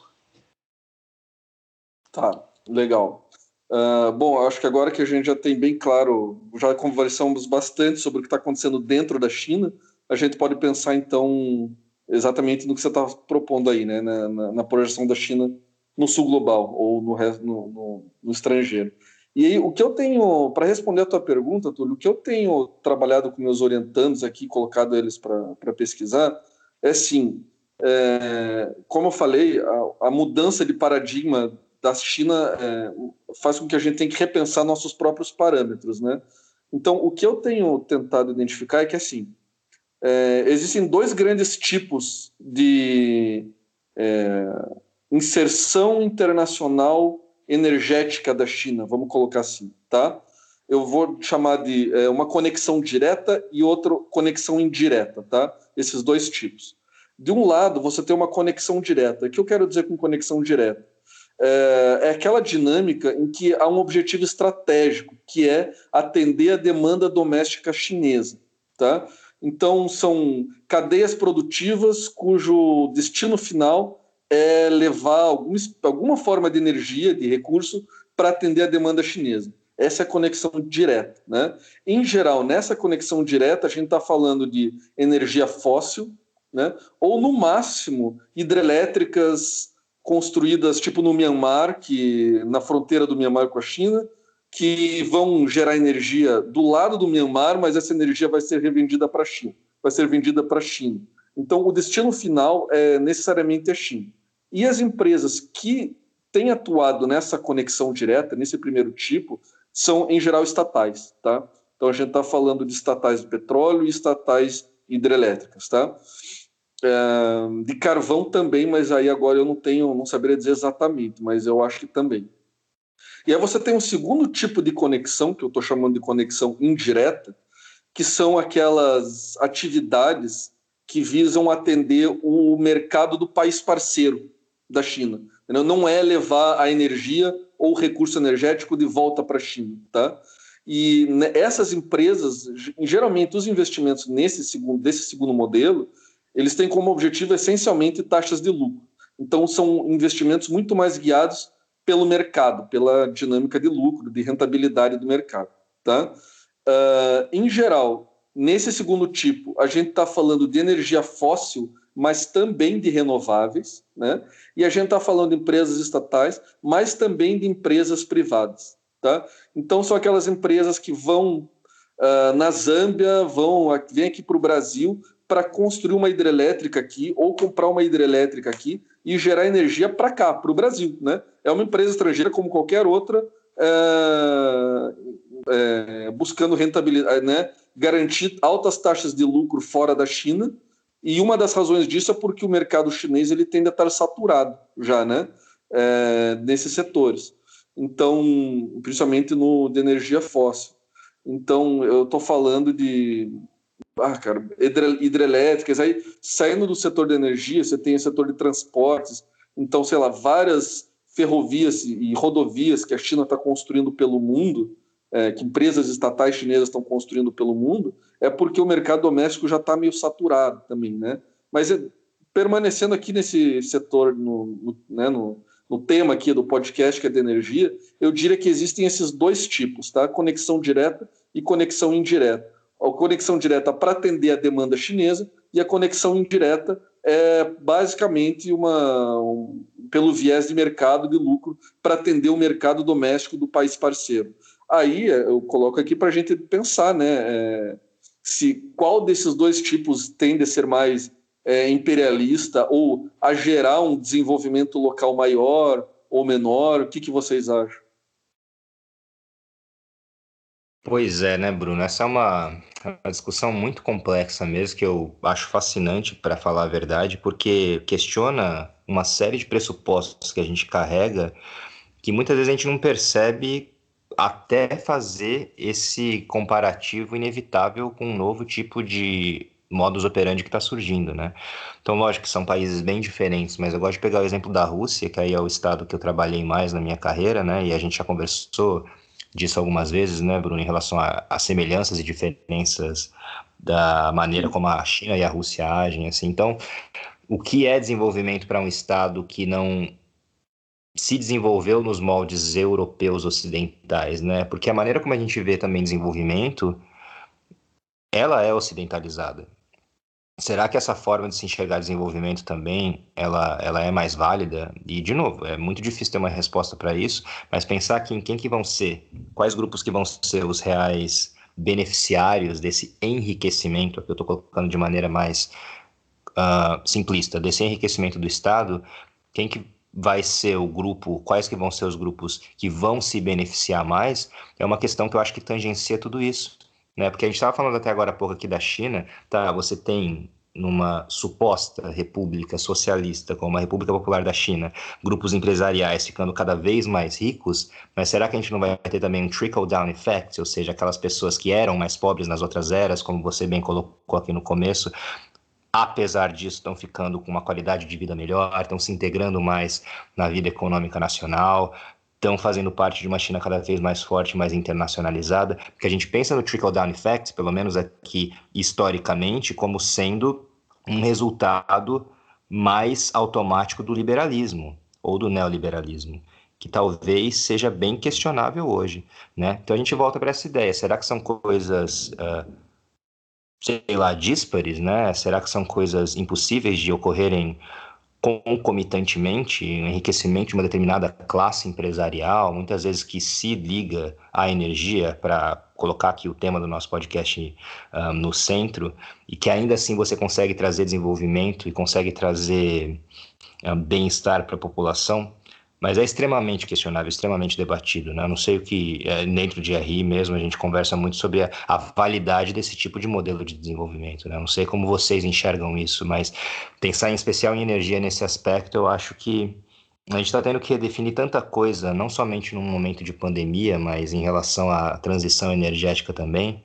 Tá, legal. Uh, bom, acho que agora que a gente já tem bem claro, já conversamos bastante sobre o que está acontecendo dentro da China, a gente pode pensar então exatamente no que você está propondo aí, né, na, na, na projeção da China no sul global ou no, no, no, no estrangeiro. E aí, o que eu tenho, para responder a tua pergunta, Túlio, o que eu tenho trabalhado com meus orientandos aqui, colocado eles para pesquisar, é sim, é, como eu falei, a, a mudança de paradigma da China é, faz com que a gente tenha que repensar nossos próprios parâmetros, né? Então, o que eu tenho tentado identificar é que, assim, é, existem dois grandes tipos de é, inserção internacional energética da China, vamos colocar assim, tá? Eu vou chamar de é, uma conexão direta e outra conexão indireta, tá? Esses dois tipos. De um lado, você tem uma conexão direta. O que eu quero dizer com conexão direta? É, é aquela dinâmica em que há um objetivo estratégico, que é atender a demanda doméstica chinesa, tá? Então, são cadeias produtivas cujo destino final é levar algum, alguma forma de energia, de recurso, para atender a demanda chinesa. Essa é a conexão direta, né? Em geral, nessa conexão direta, a gente está falando de energia fóssil, né? Ou, no máximo, hidrelétricas construídas tipo no Myanmar, que, na fronteira do Myanmar com a China, que vão gerar energia do lado do Myanmar, mas essa energia vai ser revendida para a China, vai ser vendida para a China. Então, o destino final é necessariamente a China. E as empresas que têm atuado nessa conexão direta, nesse primeiro tipo, são, em geral, estatais, tá? Então, a gente está falando de estatais de petróleo e estatais hidrelétricas, tá? É, de carvão também, mas aí agora eu não tenho, não saberia dizer exatamente, mas eu acho que também. E aí você tem um segundo tipo de conexão, que eu estou chamando de conexão indireta, que são aquelas atividades que visam atender o mercado do país parceiro da China. Entendeu? Não é levar a energia ou o recurso energético de volta para a China. Tá? E essas empresas, geralmente os investimentos nesse segundo, desse segundo modelo, eles têm como objetivo essencialmente taxas de lucro. Então são investimentos muito mais guiados pelo mercado, pela dinâmica de lucro, de rentabilidade do mercado. Tá? Uh, em geral, nesse segundo tipo, a gente está falando de energia fóssil, mas também de renováveis, né? E a gente está falando de empresas estatais, mas também de empresas privadas. Tá? Então, são aquelas empresas que vão uh, na Zâmbia, vão, vêm aqui para o Brasil para construir uma hidrelétrica aqui ou comprar uma hidrelétrica aqui e gerar energia para cá, para o Brasil. Né? É uma empresa estrangeira como qualquer outra, uh, É, buscando rentabilidade, né, garantir altas taxas de lucro fora da China, e uma das razões disso é porque o mercado chinês ele tende a estar saturado já, né, é, nesses setores. Então, principalmente no de energia fóssil. Então, eu estou falando de ah, cara, hidrelétricas, aí saindo do setor de energia, você tem o setor de transportes, então, sei lá, várias ferrovias e rodovias que a China está construindo pelo mundo, É, que empresas estatais chinesas estão construindo pelo mundo, é porque o mercado doméstico já está meio saturado também, né? Mas é, permanecendo aqui nesse setor, no, no, né, no, no tema aqui do podcast, que é de energia, eu diria que existem esses dois tipos, tá? Conexão direta e conexão indireta. A conexão direta para atender a demanda chinesa e a conexão indireta é basicamente uma, um, pelo viés de mercado de lucro para atender o mercado doméstico do país parceiro. Aí eu coloco aqui para a gente pensar, né, é, se qual desses dois tipos tende a ser mais é, imperialista ou a gerar um desenvolvimento local maior ou menor. O que, que vocês acham? Pois é, né, Bruno? Essa é uma, uma discussão muito complexa mesmo, que eu acho fascinante, para falar a verdade, porque questiona uma série de pressupostos que a gente carrega que muitas vezes a gente não percebe até fazer esse comparativo inevitável com um novo tipo de modus operandi que está surgindo, né? Então, lógico que são países bem diferentes, mas eu gosto de pegar o exemplo da Rússia, que aí é o estado que eu trabalhei mais na minha carreira, né? E a gente já conversou disso algumas vezes, né, Bruno, em relação a, a semelhanças e diferenças da maneira como a China e a Rússia agem, assim. Então, o que é desenvolvimento para um estado que não se desenvolveu nos moldes europeus ocidentais, né? Porque a maneira como a gente vê também desenvolvimento, ela é ocidentalizada. Será que essa forma de se enxergar desenvolvimento também, ela, ela é mais válida? E, de novo, é muito difícil ter uma resposta para isso, mas pensar aqui em quem que vão ser, quais grupos que vão ser os reais beneficiários desse enriquecimento, que eu estou colocando de maneira mais uh, simplista, desse enriquecimento do Estado, quem que vai ser o grupo, quais que vão ser os grupos que vão se beneficiar mais, é uma questão que eu acho que tangencia tudo isso, né? Porque a gente estava falando até agora há pouco aqui da China, tá? Você tem numa suposta república socialista, como a República Popular da China, grupos empresariais ficando cada vez mais ricos, mas será que a gente não vai ter também um trickle-down effect, ou seja, aquelas pessoas que eram mais pobres nas outras eras, como você bem colocou aqui no começo, apesar disso, estão ficando com uma qualidade de vida melhor, estão se integrando mais na vida econômica nacional, estão fazendo parte de uma China cada vez mais forte, mais internacionalizada, porque a gente pensa no trickle-down effect, pelo menos aqui historicamente, como sendo um resultado mais automático do liberalismo, ou do neoliberalismo, que talvez seja bem questionável hoje, né? Então a gente volta para essa ideia, será que são coisas... Uh, sei lá, díspares, né? Será que são coisas impossíveis de ocorrerem concomitantemente, o enriquecimento de uma determinada classe empresarial, muitas vezes que se liga à energia, para colocar aqui o tema do nosso podcast um, no centro, e que ainda assim você consegue trazer desenvolvimento e consegue trazer um, bem-estar para a população? Mas é extremamente questionável, extremamente debatido, né? Eu não sei o que, é, dentro de R I mesmo, a gente conversa muito sobre a, a validade desse tipo de modelo de desenvolvimento, né? Eu não sei como vocês enxergam isso, mas pensar em especial em energia nesse aspecto, eu acho que A gente está tendo que redefinir tanta coisa, não somente num momento de pandemia, mas em relação à transição energética também,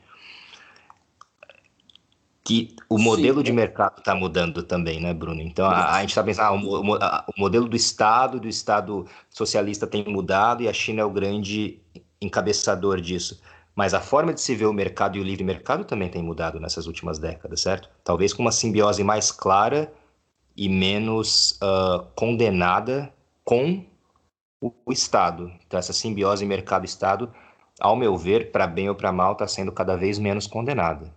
que o Sim, modelo de mercado está mudando também, né, Bruno? Então a, a gente está pensando, ah, o, mo- a- o modelo do Estado, do Estado socialista tem mudado e a China é o grande encabeçador disso. Mas a forma de se ver o mercado e o livre mercado também tem mudado nessas últimas décadas, certo? Talvez com uma simbiose mais clara e menos ah, condenada com o, o Estado. Então essa simbiose mercado-Estado, ao meu ver, para bem ou para mal, está sendo cada vez menos condenada.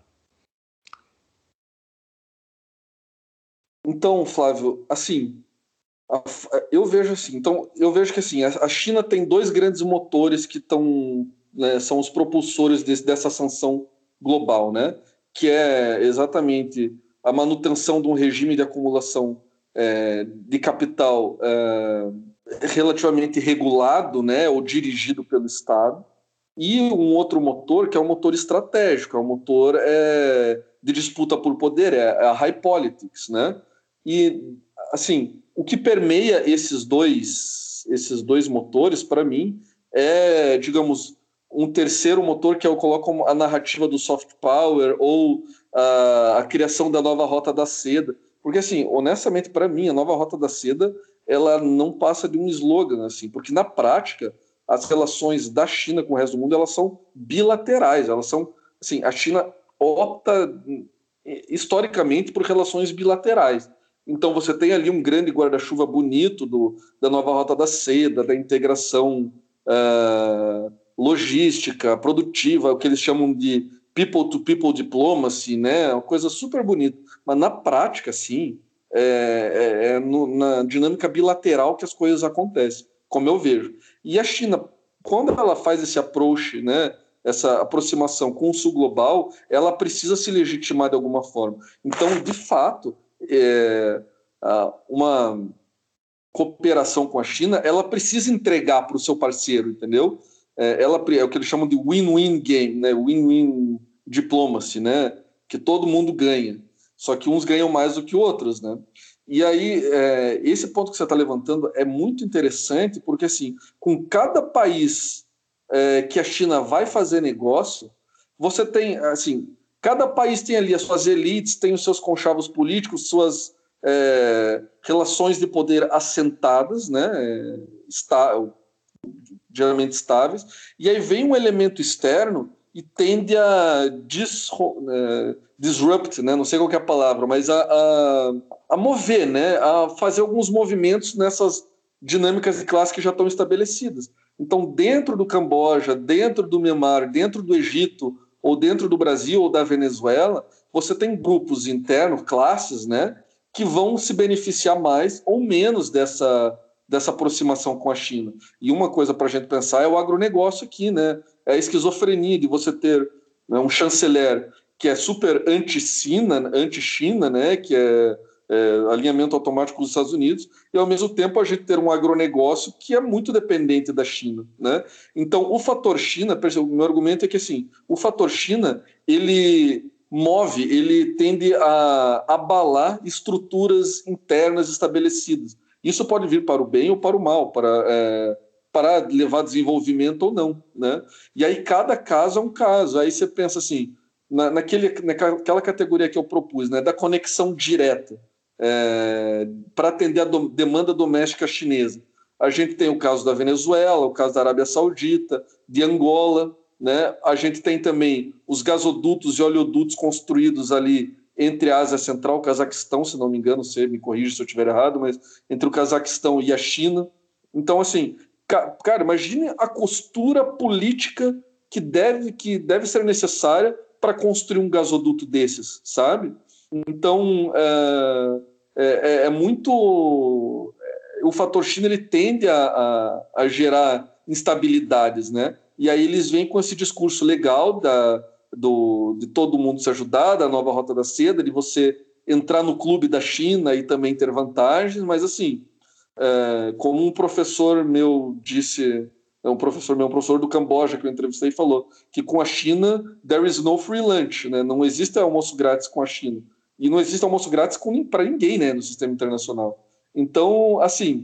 então, Flávio, assim, a- eu vejo assim, então eu vejo que assim, a a China tem dois grandes motores que estão, né, são os propulsores desse- dessa sanção global, né? Que é exatamente a manutenção de um regime de acumulação é, de capital é, relativamente regulado, né, ou dirigido pelo Estado, e um outro motor que é o motor estratégico, é o motor é, de disputa por poder, é a high politics, né? E assim, o que permeia esses dois, esses dois motores, para mim, é, digamos, um terceiro motor que eu coloco como a narrativa do soft power ou a, a criação da nova rota da seda. Porque, assim, honestamente, para mim, a nova rota da seda ela não passa de um slogan, assim, porque na prática as relações da China com o resto do mundo elas são bilaterais, elas são, assim, a China opta historicamente por relações bilaterais. Então você tem ali um grande guarda-chuva bonito do, da nova rota da seda, da integração uh, logística, produtiva, o que eles chamam de people-to-people diplomacy, né? Uma coisa super bonita. Mas na prática, sim, é, é, é no, na dinâmica bilateral que as coisas acontecem, como eu vejo. E a China, quando ela faz esse approach, né? Essa aproximação com o sul global, ela precisa se legitimar de alguma forma. Então, de fato, é, uma cooperação com a China, ela precisa entregar para o seu parceiro, entendeu? É, ela, é o que eles chamam de win-win game, né? Win-win diplomacy, né? Que todo mundo ganha. Só que uns ganham mais do que outros, né? E aí, é, esse ponto que você está levantando é muito interessante, porque, assim, com cada país é, que a China vai fazer negócio, você tem, assim, cada país tem ali as suas elites, tem os seus conchavos políticos, suas é, relações de poder assentadas, né, está, geralmente estáveis, e aí vem um elemento externo e tende a dis, uh, disrupt, né, não sei qual é a palavra, mas a, a, a mover, né, a fazer alguns movimentos nessas dinâmicas de classe que já estão estabelecidas. Então, dentro do Camboja, dentro do Myanmar, dentro do Egito, ou dentro do Brasil ou da Venezuela, você tem grupos internos, classes, né, que vão se beneficiar mais ou menos dessa, dessa aproximação com a China. E uma coisa para a gente pensar é o agronegócio aqui, né? É a esquizofrenia de você ter, né, um chanceler que é super anti-China, anti-China, né? Que é, é alinhamento automático com os Estados Unidos, e ao mesmo tempo a gente ter um agronegócio que é muito dependente da China, né? Então, o fator China, o meu argumento é que assim, o fator China, ele move, ele tende a abalar estruturas internas estabelecidas. Isso pode vir para o bem ou para o mal, para, é, para levar desenvolvimento ou não, né? E aí cada caso é um caso. Aí você pensa assim, na, naquele, naquela categoria que eu propus, né, da conexão direta, é, para atender a do, demanda doméstica chinesa. A gente tem o caso da Venezuela, o caso da Arábia Saudita, de Angola, né? A gente tem também os gasodutos e oleodutos construídos ali entre a Ásia Central, o Cazaquistão, se não me engano, você me corrige se eu estiver errado, mas entre o Cazaquistão e a China. Então, assim, cara, imagine a costura política que deve, que deve ser necessária para construir um gasoduto desses, sabe? Então, é, é, é muito... O fator China ele tende a, a, a gerar instabilidades, né? E aí eles vêm com esse discurso legal da, do, de todo mundo se ajudar, da nova Rota da Seda, de você entrar no clube da China e também ter vantagens, mas assim, é, como um professor meu disse, é um professor meu, um professor do Camboja que eu entrevistei, falou que com a China there is no free lunch, né? Não existe almoço grátis com a China. E não existe almoço grátis para ninguém, né, no sistema internacional. Então, assim,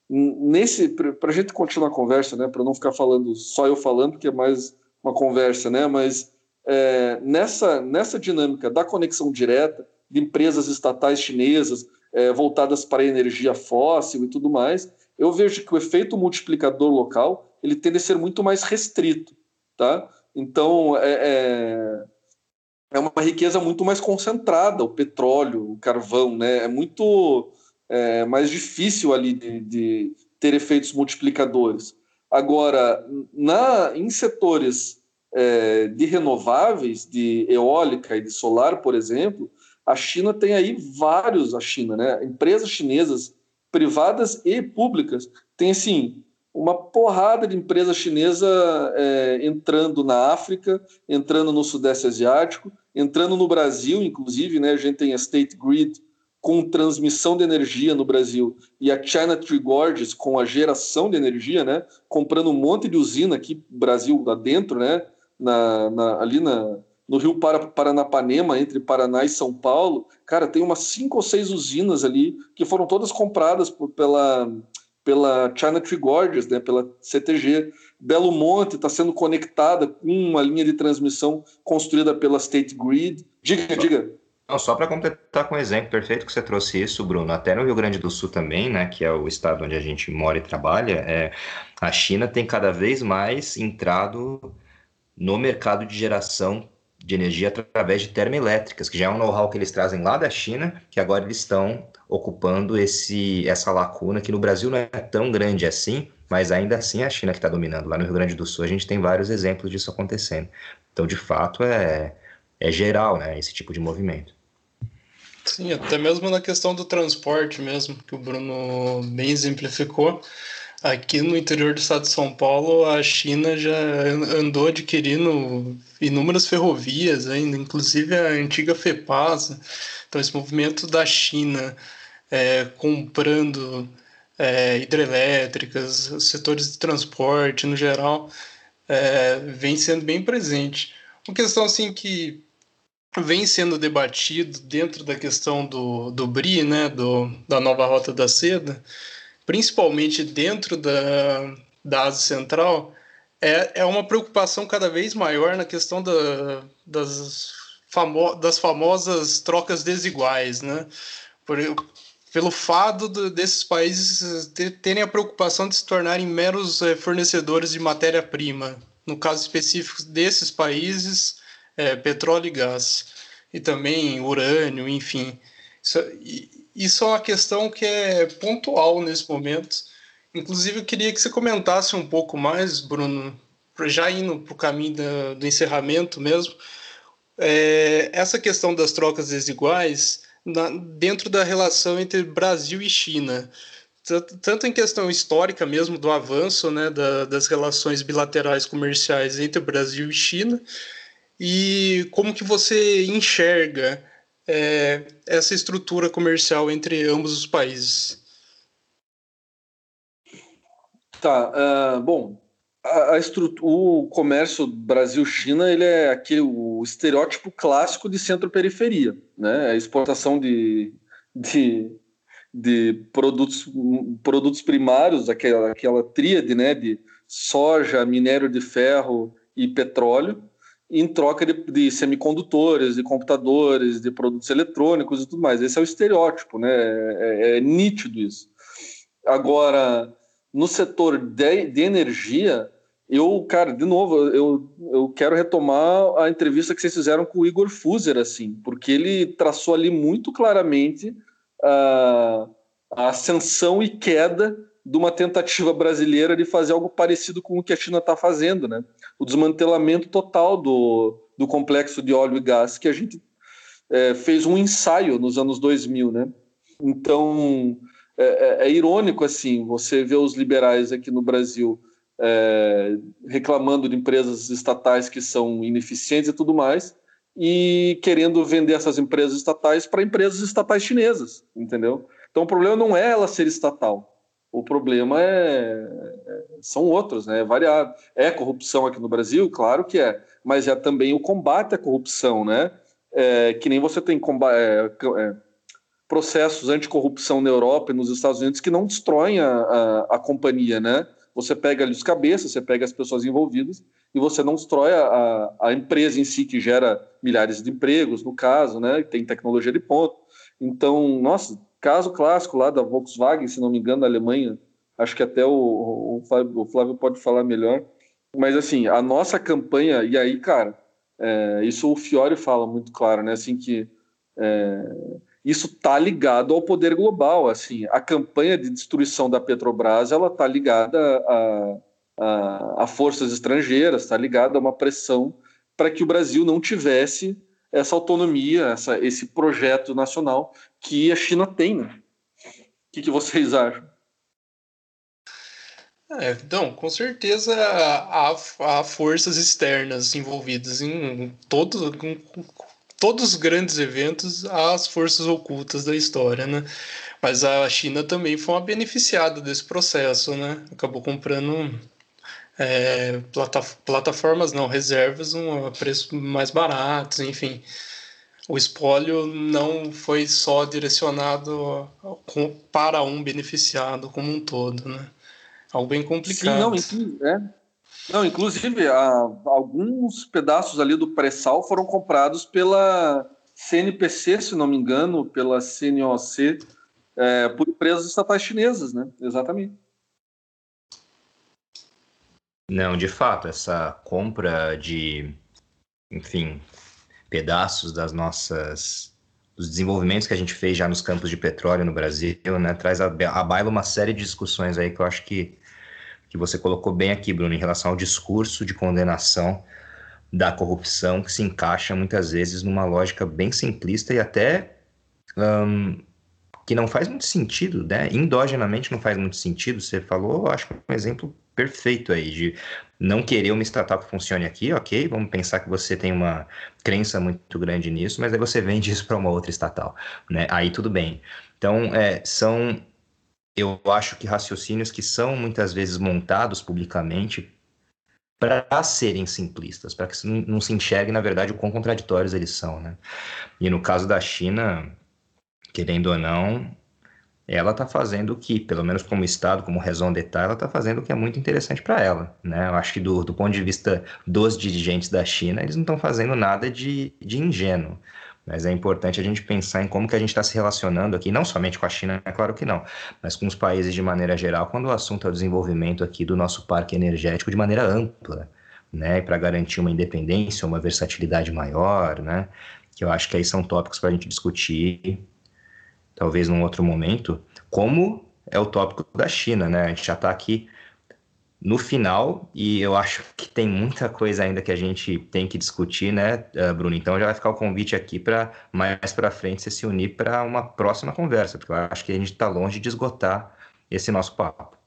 Nesse, para a gente continuar a conversa, né, para não ficar falando só eu falando, que é mais uma conversa, né, mas é, nessa, nessa dinâmica da conexão direta de empresas estatais chinesas é, voltadas para a energia fóssil e tudo mais, eu vejo que o efeito multiplicador local ele tende a ser muito mais restrito, tá? Então, é, é, é uma riqueza muito mais concentrada, o petróleo, o carvão, né? É muito é, mais difícil ali de, de ter efeitos multiplicadores. Agora, na, em setores é, de renováveis, de eólica e de solar, por exemplo, a China tem aí vários, a China, né? Empresas chinesas, privadas e públicas, tem assim uma porrada de empresa chinesa é, entrando na África, entrando no Sudeste Asiático, entrando no Brasil, inclusive, né? A gente tem a State Grid com transmissão de energia no Brasil e a China Tree Gorges com a geração de energia, né? Comprando um monte de usina aqui Brasil lá dentro, né? Na, na, ali na, no Rio Paranapanema, entre Paraná e São Paulo, cara, tem umas cinco ou seis usinas ali que foram todas compradas por, pela pela China Tree Gorges, né, pela C T G. Belo Monte está sendo conectada com uma linha de transmissão construída pela State Grid. Diga, diga. Não, só para completar com o exemplo perfeito que você trouxe isso, Bruno, até no Rio Grande do Sul também, né, que é o estado onde a gente mora e trabalha, é, a China tem cada vez mais entrado no mercado de geração de energia através de termoelétricas, que já é um know-how que eles trazem lá da China, que agora eles estão ocupando esse, essa lacuna, que no Brasil não é tão grande assim, mas ainda assim é a China que está dominando. Lá no Rio Grande do Sul a gente tem vários exemplos disso acontecendo. Então, de fato, é, é geral, né, esse tipo de movimento. Sim, até mesmo na questão do transporte mesmo, que o Bruno bem exemplificou. Aqui no interior do estado de São Paulo, a China já andou adquirindo inúmeras ferrovias ainda, inclusive a antiga FEPASA. Então, esse movimento da China é, comprando é, hidrelétricas, setores de transporte no geral, é, vem sendo bem presente. Uma questão assim que vem sendo debatido dentro da questão do, do B R I, né, do, da nova Rota da Seda, principalmente dentro da, da Ásia Central, é, é uma preocupação cada vez maior na questão da, das, famo, das famosas trocas desiguais, né? Por, pelo fato de, desses países terem a preocupação de se tornarem meros é, fornecedores de matéria-prima. No caso específico desses países, é, petróleo e gás, e também urânio, enfim. Isso, isso é uma questão que é pontual nesse momento. Inclusive, eu queria que você comentasse um pouco mais, Bruno, já indo para o caminho da, do encerramento mesmo, é, essa questão das trocas desiguais na, dentro da relação entre Brasil e China, tanto em questão histórica mesmo do avanço, né, da, das relações bilaterais comerciais entre Brasil e China, e como que você enxerga é, essa estrutura comercial entre ambos os países? Tá, uh, bom, a, a o comércio Brasil-China ele é aquele, o estereótipo clássico de centro-periferia, né? A exportação de, de, de produtos, produtos primários, aquela, aquela tríade, né, de soja, minério de ferro e petróleo, em troca de, de semicondutores, de computadores, de produtos eletrônicos e tudo mais. Esse é o estereótipo, né? É, é nítido isso. Agora, no setor de, de energia, eu, cara, de novo, eu, eu quero retomar a entrevista que vocês fizeram com o Igor Fuser, assim, porque ele traçou ali muito claramente a, a ascensão e queda de uma tentativa brasileira de fazer algo parecido com o que a China está fazendo, né? O desmantelamento total do, do complexo de óleo e gás, que a gente é, fez um ensaio nos anos dois mil, né? Então, é, é, é irônico, assim, você vê os liberais aqui no Brasil é, reclamando de empresas estatais que são ineficientes e tudo mais, e querendo vender essas empresas estatais para empresas estatais chinesas, entendeu? Então, o problema não é ela ser estatal. O problema é, são outros, né? É variado. É corrupção aqui no Brasil? Claro que é. Mas é também o combate à corrupção, né? É, que nem você tem combate, é, é, processos anticorrupção na Europa e nos Estados Unidos que não destroem a, a, a companhia, né? Você pega ali os cabeças, você pega as pessoas envolvidas e você não destrói a, a empresa em si, que gera milhares de empregos, no caso, né? Tem tecnologia de ponta. Então, nossa, caso clássico lá da Volkswagen, se não me engano, na Alemanha, acho que até o, o, Flávio, o Flávio pode falar melhor, mas assim, a nossa campanha, e aí, cara, é, isso o Fiore fala muito claro, né? Assim, que é, isso está ligado ao poder global. Assim, a campanha de destruição da Petrobras ela está ligada a, a, a forças estrangeiras, está ligada a uma pressão para que o Brasil não tivesse essa autonomia, essa, esse projeto nacional que a China tem. Né? O que, que vocês acham? É, então, com certeza há, há forças externas envolvidas em todo, em todos os grandes eventos, há as forças ocultas da história, né? Mas a China também foi uma beneficiada desse processo, né? Acabou comprando é, plata, plataformas, não, reservas, um, a preços mais baratos, enfim. O espólio não foi só direcionado para um beneficiado como um todo, né? Algo bem Sim, não, complicado. é. Não, inclusive, a, alguns pedaços ali do pré-sal foram comprados pela C N P C, se não me engano, pela C N O C, é, por empresas estatais chinesas, né? Exatamente. Não, de fato, essa compra de, enfim, pedaços das nossas, dos desenvolvimentos que a gente fez já nos campos de petróleo no Brasil, né, traz à à baila uma série de discussões aí que eu acho que, que você colocou bem aqui, Bruno, em relação ao discurso de condenação da corrupção que se encaixa muitas vezes numa lógica bem simplista e até hum, que não faz muito sentido, né? Endogenamente não faz muito sentido. Você falou, eu acho que é um exemplo perfeito aí de não querer uma estatal que funcione aqui, ok? Vamos pensar que você tem uma crença muito grande nisso, mas aí você vende isso para uma outra estatal, né? Aí tudo bem. Então, é, são, eu acho que raciocínios que são muitas vezes montados publicamente para serem simplistas, para que não se enxergue, na verdade, o quão contraditórios eles são, né? E no caso da China, querendo ou não, ela está fazendo o que, pelo menos como Estado, como raison d'etat, ela está fazendo o que é muito interessante para ela, né? Eu acho que do, do ponto de vista dos dirigentes da China, eles não estão fazendo nada de, de ingênuo, mas é importante a gente pensar em como que a gente está se relacionando aqui, não somente com a China, é claro que não, mas com os países de maneira geral, quando o assunto é o desenvolvimento aqui do nosso parque energético de maneira ampla, né? Para garantir uma independência, uma versatilidade maior, né? Que eu acho que aí são tópicos para a gente discutir talvez num outro momento, como é o tópico da China, né? A gente já está aqui no final e eu acho que tem muita coisa ainda que a gente tem que discutir, né, Bruno? Então já vai ficar o convite aqui para mais para frente você se unir para uma próxima conversa, porque eu acho que a gente está longe de esgotar esse nosso papo.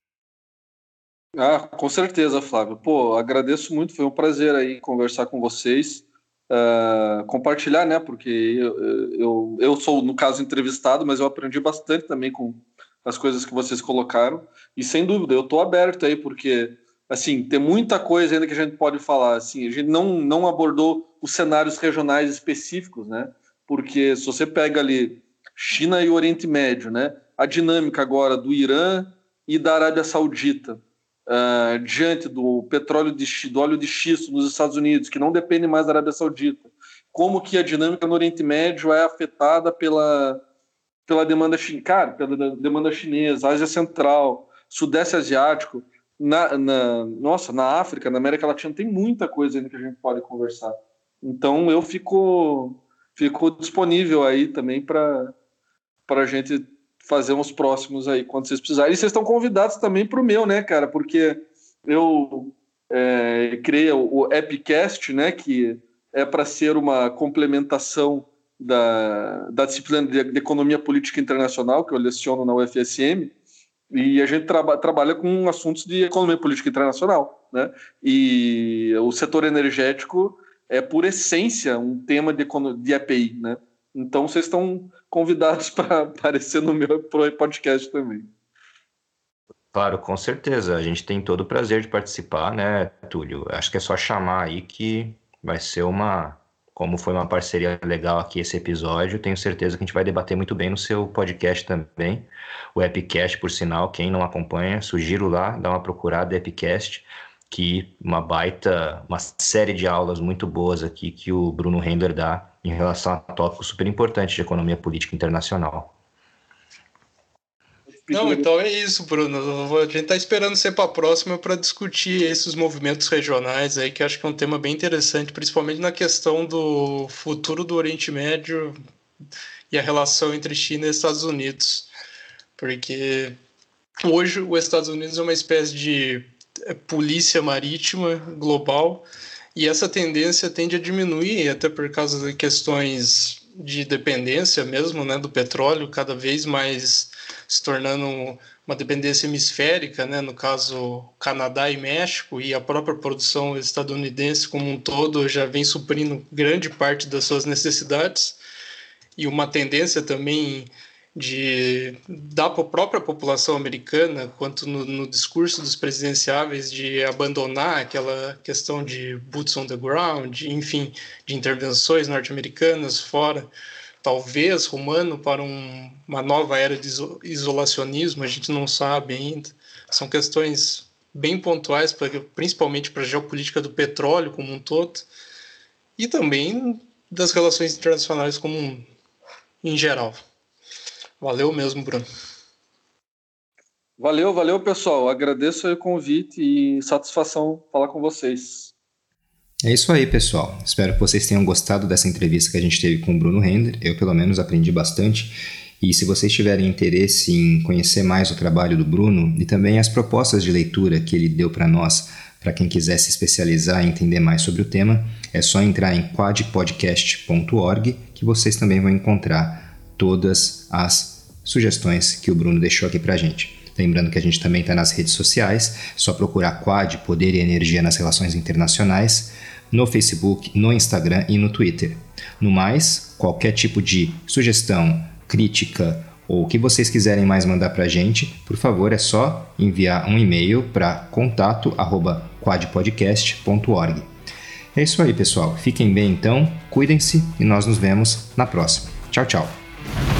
Ah, com certeza, Flávio. Pô, agradeço muito, foi um prazer aí conversar com vocês, uh, compartilhar, né? Porque eu, eu, eu sou, no caso, entrevistado, mas eu aprendi bastante também com as coisas que vocês colocaram. E sem dúvida, eu estou aberto aí, porque assim, tem muita coisa ainda que a gente pode falar. Assim, a gente não, não abordou os cenários regionais específicos, né? Porque se você pega ali China e Oriente Médio, né? A dinâmica agora do Irã e da Arábia Saudita. Uh, diante do petróleo de, do óleo de xisto nos Estados Unidos, que não depende mais da Arábia Saudita, como que a dinâmica no Oriente Médio é afetada pela, pela demanda chinesa, pela demanda chinesa, Ásia Central, Sudeste Asiático, na, na, nossa, na África, na América Latina, tem muita coisa ainda que a gente pode conversar. Então eu fico, fico disponível aí também para a gente fazer uns próximos aí, quando vocês precisarem. E vocês estão convidados também para o meu, né, cara? Porque eu é, criei o, o Epicast, né, que é para ser uma complementação da, da disciplina de, de Economia Política Internacional, que eu leciono na U F S M, e a gente traba, trabalha com assuntos de economia política internacional, né? E o setor energético é, por essência, um tema de, de E P I, né? Então, vocês estão convidados para aparecer no meu podcast também. Claro, com certeza. A gente tem todo o prazer de participar, né, Túlio? Acho que é só chamar aí que vai ser uma como foi uma parceria legal aqui esse episódio, tenho certeza que a gente vai debater muito bem no seu podcast também, o Epicast, por sinal, quem não acompanha, sugiro lá, dá uma procurada, Epicast, que uma baita, uma série de aulas muito boas aqui que o Bruno Rendler dá em relação a tópicos super importantes de economia política internacional. Não, então é isso, Bruno. A gente está esperando ser para a próxima para discutir esses movimentos regionais aí, que acho que é um tema bem interessante, principalmente na questão do futuro do Oriente Médio e a relação entre China e Estados Unidos. Porque hoje os Estados Unidos é uma espécie de polícia marítima global e essa tendência tende a diminuir, até por causa de questões de dependência mesmo, né, do petróleo, cada vez mais se tornando uma dependência hemisférica, né, no caso Canadá e México, e a própria produção estadunidense como um todo já vem suprindo grande parte das suas necessidades, e uma tendência também de da própria população americana, quanto no, no discurso dos presidenciáveis, de abandonar aquela questão de boots on the ground, enfim, de intervenções norte-americanas fora, talvez rumando para um, uma nova era de isolacionismo, a gente não sabe ainda. São questões bem pontuais, pra, principalmente para a geopolítica do petróleo como um todo, e também das relações internacionais como um, em geral. Valeu mesmo, Bruno. Valeu, valeu, pessoal. Agradeço o convite e satisfação falar com vocês. É isso aí, pessoal. Espero que vocês tenham gostado dessa entrevista que a gente teve com o Bruno Rendler. Eu, pelo menos, aprendi bastante. E se vocês tiverem interesse em conhecer mais o trabalho do Bruno e também as propostas de leitura que ele deu para nós, para quem quiser se especializar e entender mais sobre o tema, é só entrar em quad podcast ponto org que vocês também vão encontrar todas as sugestões que o Bruno deixou aqui para a gente. Lembrando que a gente também está nas redes sociais, só procurar Quad, Poder e Energia nas Relações Internacionais, no Facebook, no Instagram e no Twitter. No mais, qualquer tipo de sugestão, crítica ou o que vocês quiserem mais mandar para a gente, por favor, é só enviar um e-mail para contato arroba quad podcast ponto org. É isso aí, pessoal. Fiquem bem então, cuidem-se e nós nos vemos na próxima. Tchau, tchau.